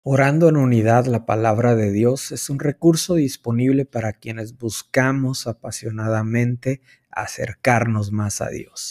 Orando en unidad, la palabra de Dios es un recurso disponible para quienes buscamos apasionadamente acercarnos más a Dios.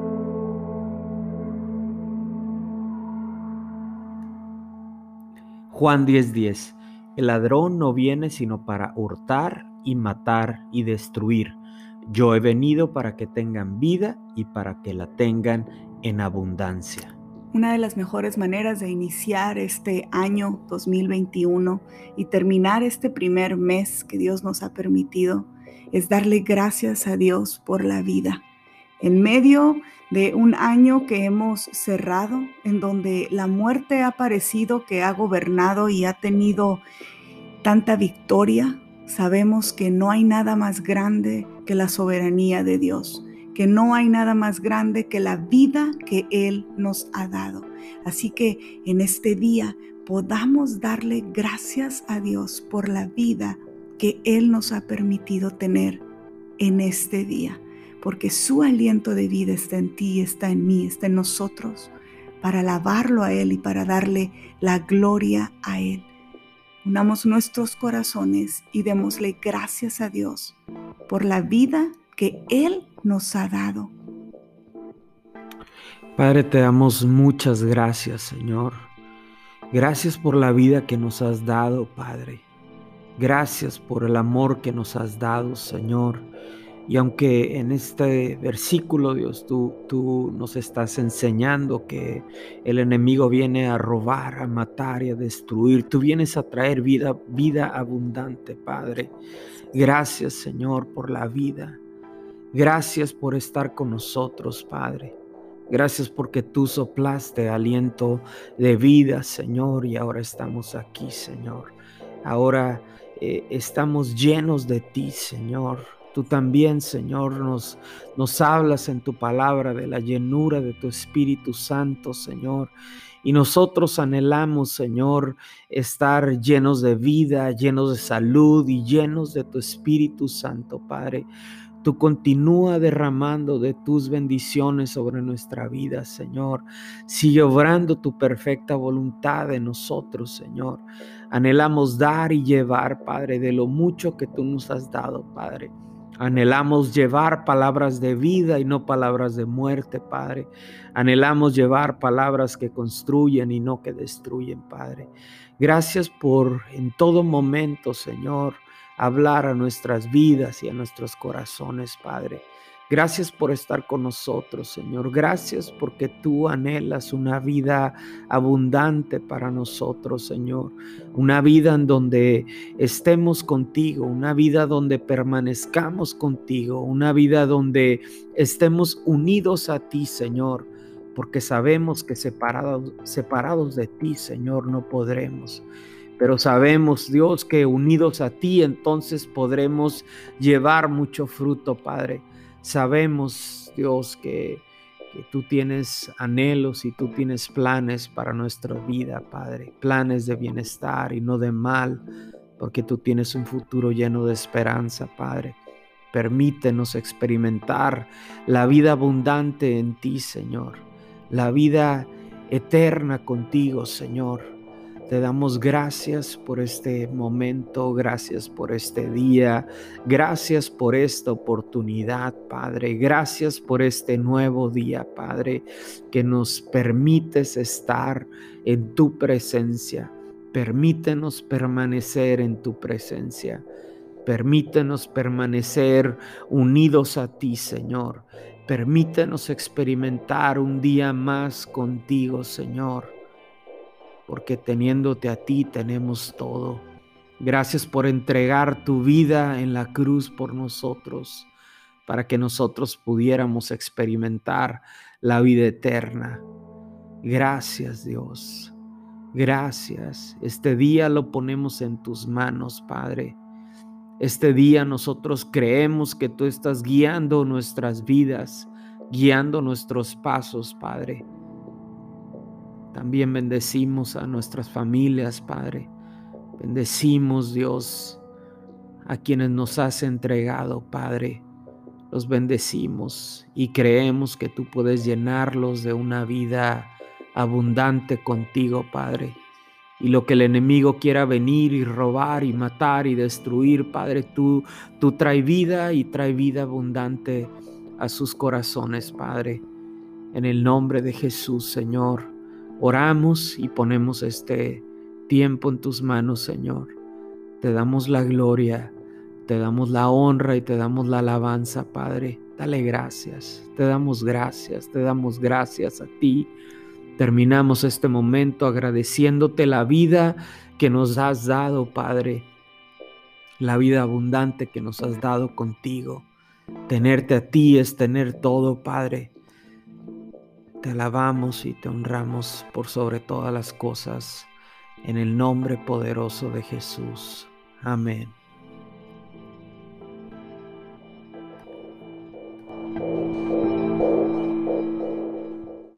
Juan 10:10. El ladrón no viene sino para hurtar y matar y destruir. Yo he venido para que tengan vida y para que la tengan en abundancia. Una de las mejores maneras de iniciar este año 2021 y terminar este primer mes que Dios nos ha permitido es darle gracias a Dios por la vida. En medio de un año que hemos cerrado, en donde la muerte ha parecido que ha gobernado y ha tenido tanta victoria, sabemos que no hay nada más grande que la soberanía de Dios, que no hay nada más grande que la vida que Él nos ha dado. Así que en este día podamos darle gracias a Dios por la vida que Él nos ha permitido tener en este día, porque su aliento de vida está en ti, está en mí, está en nosotros, para alabarlo a Él y para darle la gloria a Él. Unamos nuestros corazones y démosle gracias a Dios por la vida que Él nos ha dado. Padre, te damos muchas gracias, Señor. Gracias por la vida que nos has dado, Padre. Gracias por el amor que nos has dado, Señor. Y aunque en este versículo, Dios, tú nos estás enseñando que el enemigo viene a robar, a matar y a destruir, tú vienes a traer vida abundante, Padre. Gracias, Señor, por la vida. Gracias por estar con nosotros, Padre. Gracias porque tú soplaste aliento de vida, Señor, y ahora estamos aquí, Señor. Ahora estamos llenos de ti, Señor. Tú también, Señor, nos hablas en tu palabra de la llenura de tu Espíritu Santo, Señor. Y nosotros anhelamos, Señor, estar llenos de vida, llenos de salud y llenos de tu Espíritu Santo, Padre. Tú continúa derramando de tus bendiciones sobre nuestra vida, Señor. Sigue obrando tu perfecta voluntad en nosotros, Señor. Anhelamos dar y llevar, Padre, de lo mucho que tú nos has dado, Padre. Anhelamos llevar palabras de vida y no palabras de muerte, Padre. Anhelamos llevar palabras que construyen y no que destruyen, Padre. Gracias por en todo momento, Señor, hablar a nuestras vidas y a nuestros corazones, Padre. Gracias por estar con nosotros, Señor. Gracias porque tú anhelas una vida abundante para nosotros, Señor. Una vida en donde estemos contigo, una vida donde permanezcamos contigo, una vida donde estemos unidos a ti, Señor, porque sabemos que separados de ti, Señor, no podremos. Pero sabemos, Dios, que unidos a ti entonces podremos llevar mucho fruto, Padre. Sabemos, Dios, que tú tienes anhelos y tú tienes planes para nuestra vida, Padre. Planes de bienestar y no de mal, porque tú tienes un futuro lleno de esperanza, Padre. Permítenos experimentar la vida abundante en ti, Señor. La vida eterna contigo, Señor. Te damos gracias por este momento, gracias por este día, gracias por esta oportunidad, Padre. Gracias por este nuevo día, Padre, que nos permites estar en tu presencia. Permítenos permanecer en tu presencia. Permítenos permanecer unidos a ti, Señor. Permítenos experimentar un día más contigo, Señor, porque teniéndote a ti tenemos todo. Gracias por entregar tu vida en la cruz por nosotros, para que nosotros pudiéramos experimentar la vida eterna. Gracias, Dios. Gracias. Este día lo ponemos en tus manos, Padre. Este día nosotros creemos que tú estás guiando nuestras vidas, guiando nuestros pasos, Padre. También bendecimos a nuestras familias, Padre. Bendecimos, Dios, a quienes nos has entregado, Padre. Los bendecimos y creemos que tú puedes llenarlos de una vida abundante contigo, Padre. y lo que el enemigo quiera venir y robar y matar y destruir, Padre, tú trae vida y trae vida abundante a sus corazones, Padre. En el nombre de Jesús, Señor, oramos y ponemos este tiempo en tus manos, Señor. Te damos la gloria, te damos la honra y te damos la alabanza, Padre. Dale gracias, te damos gracias a ti. Terminamos este momento agradeciéndote la vida que nos has dado, Padre, la vida abundante que nos has dado contigo. Tenerte a ti es tener todo, Padre. Te alabamos y te honramos por sobre todas las cosas, en el nombre poderoso de Jesús. Amén.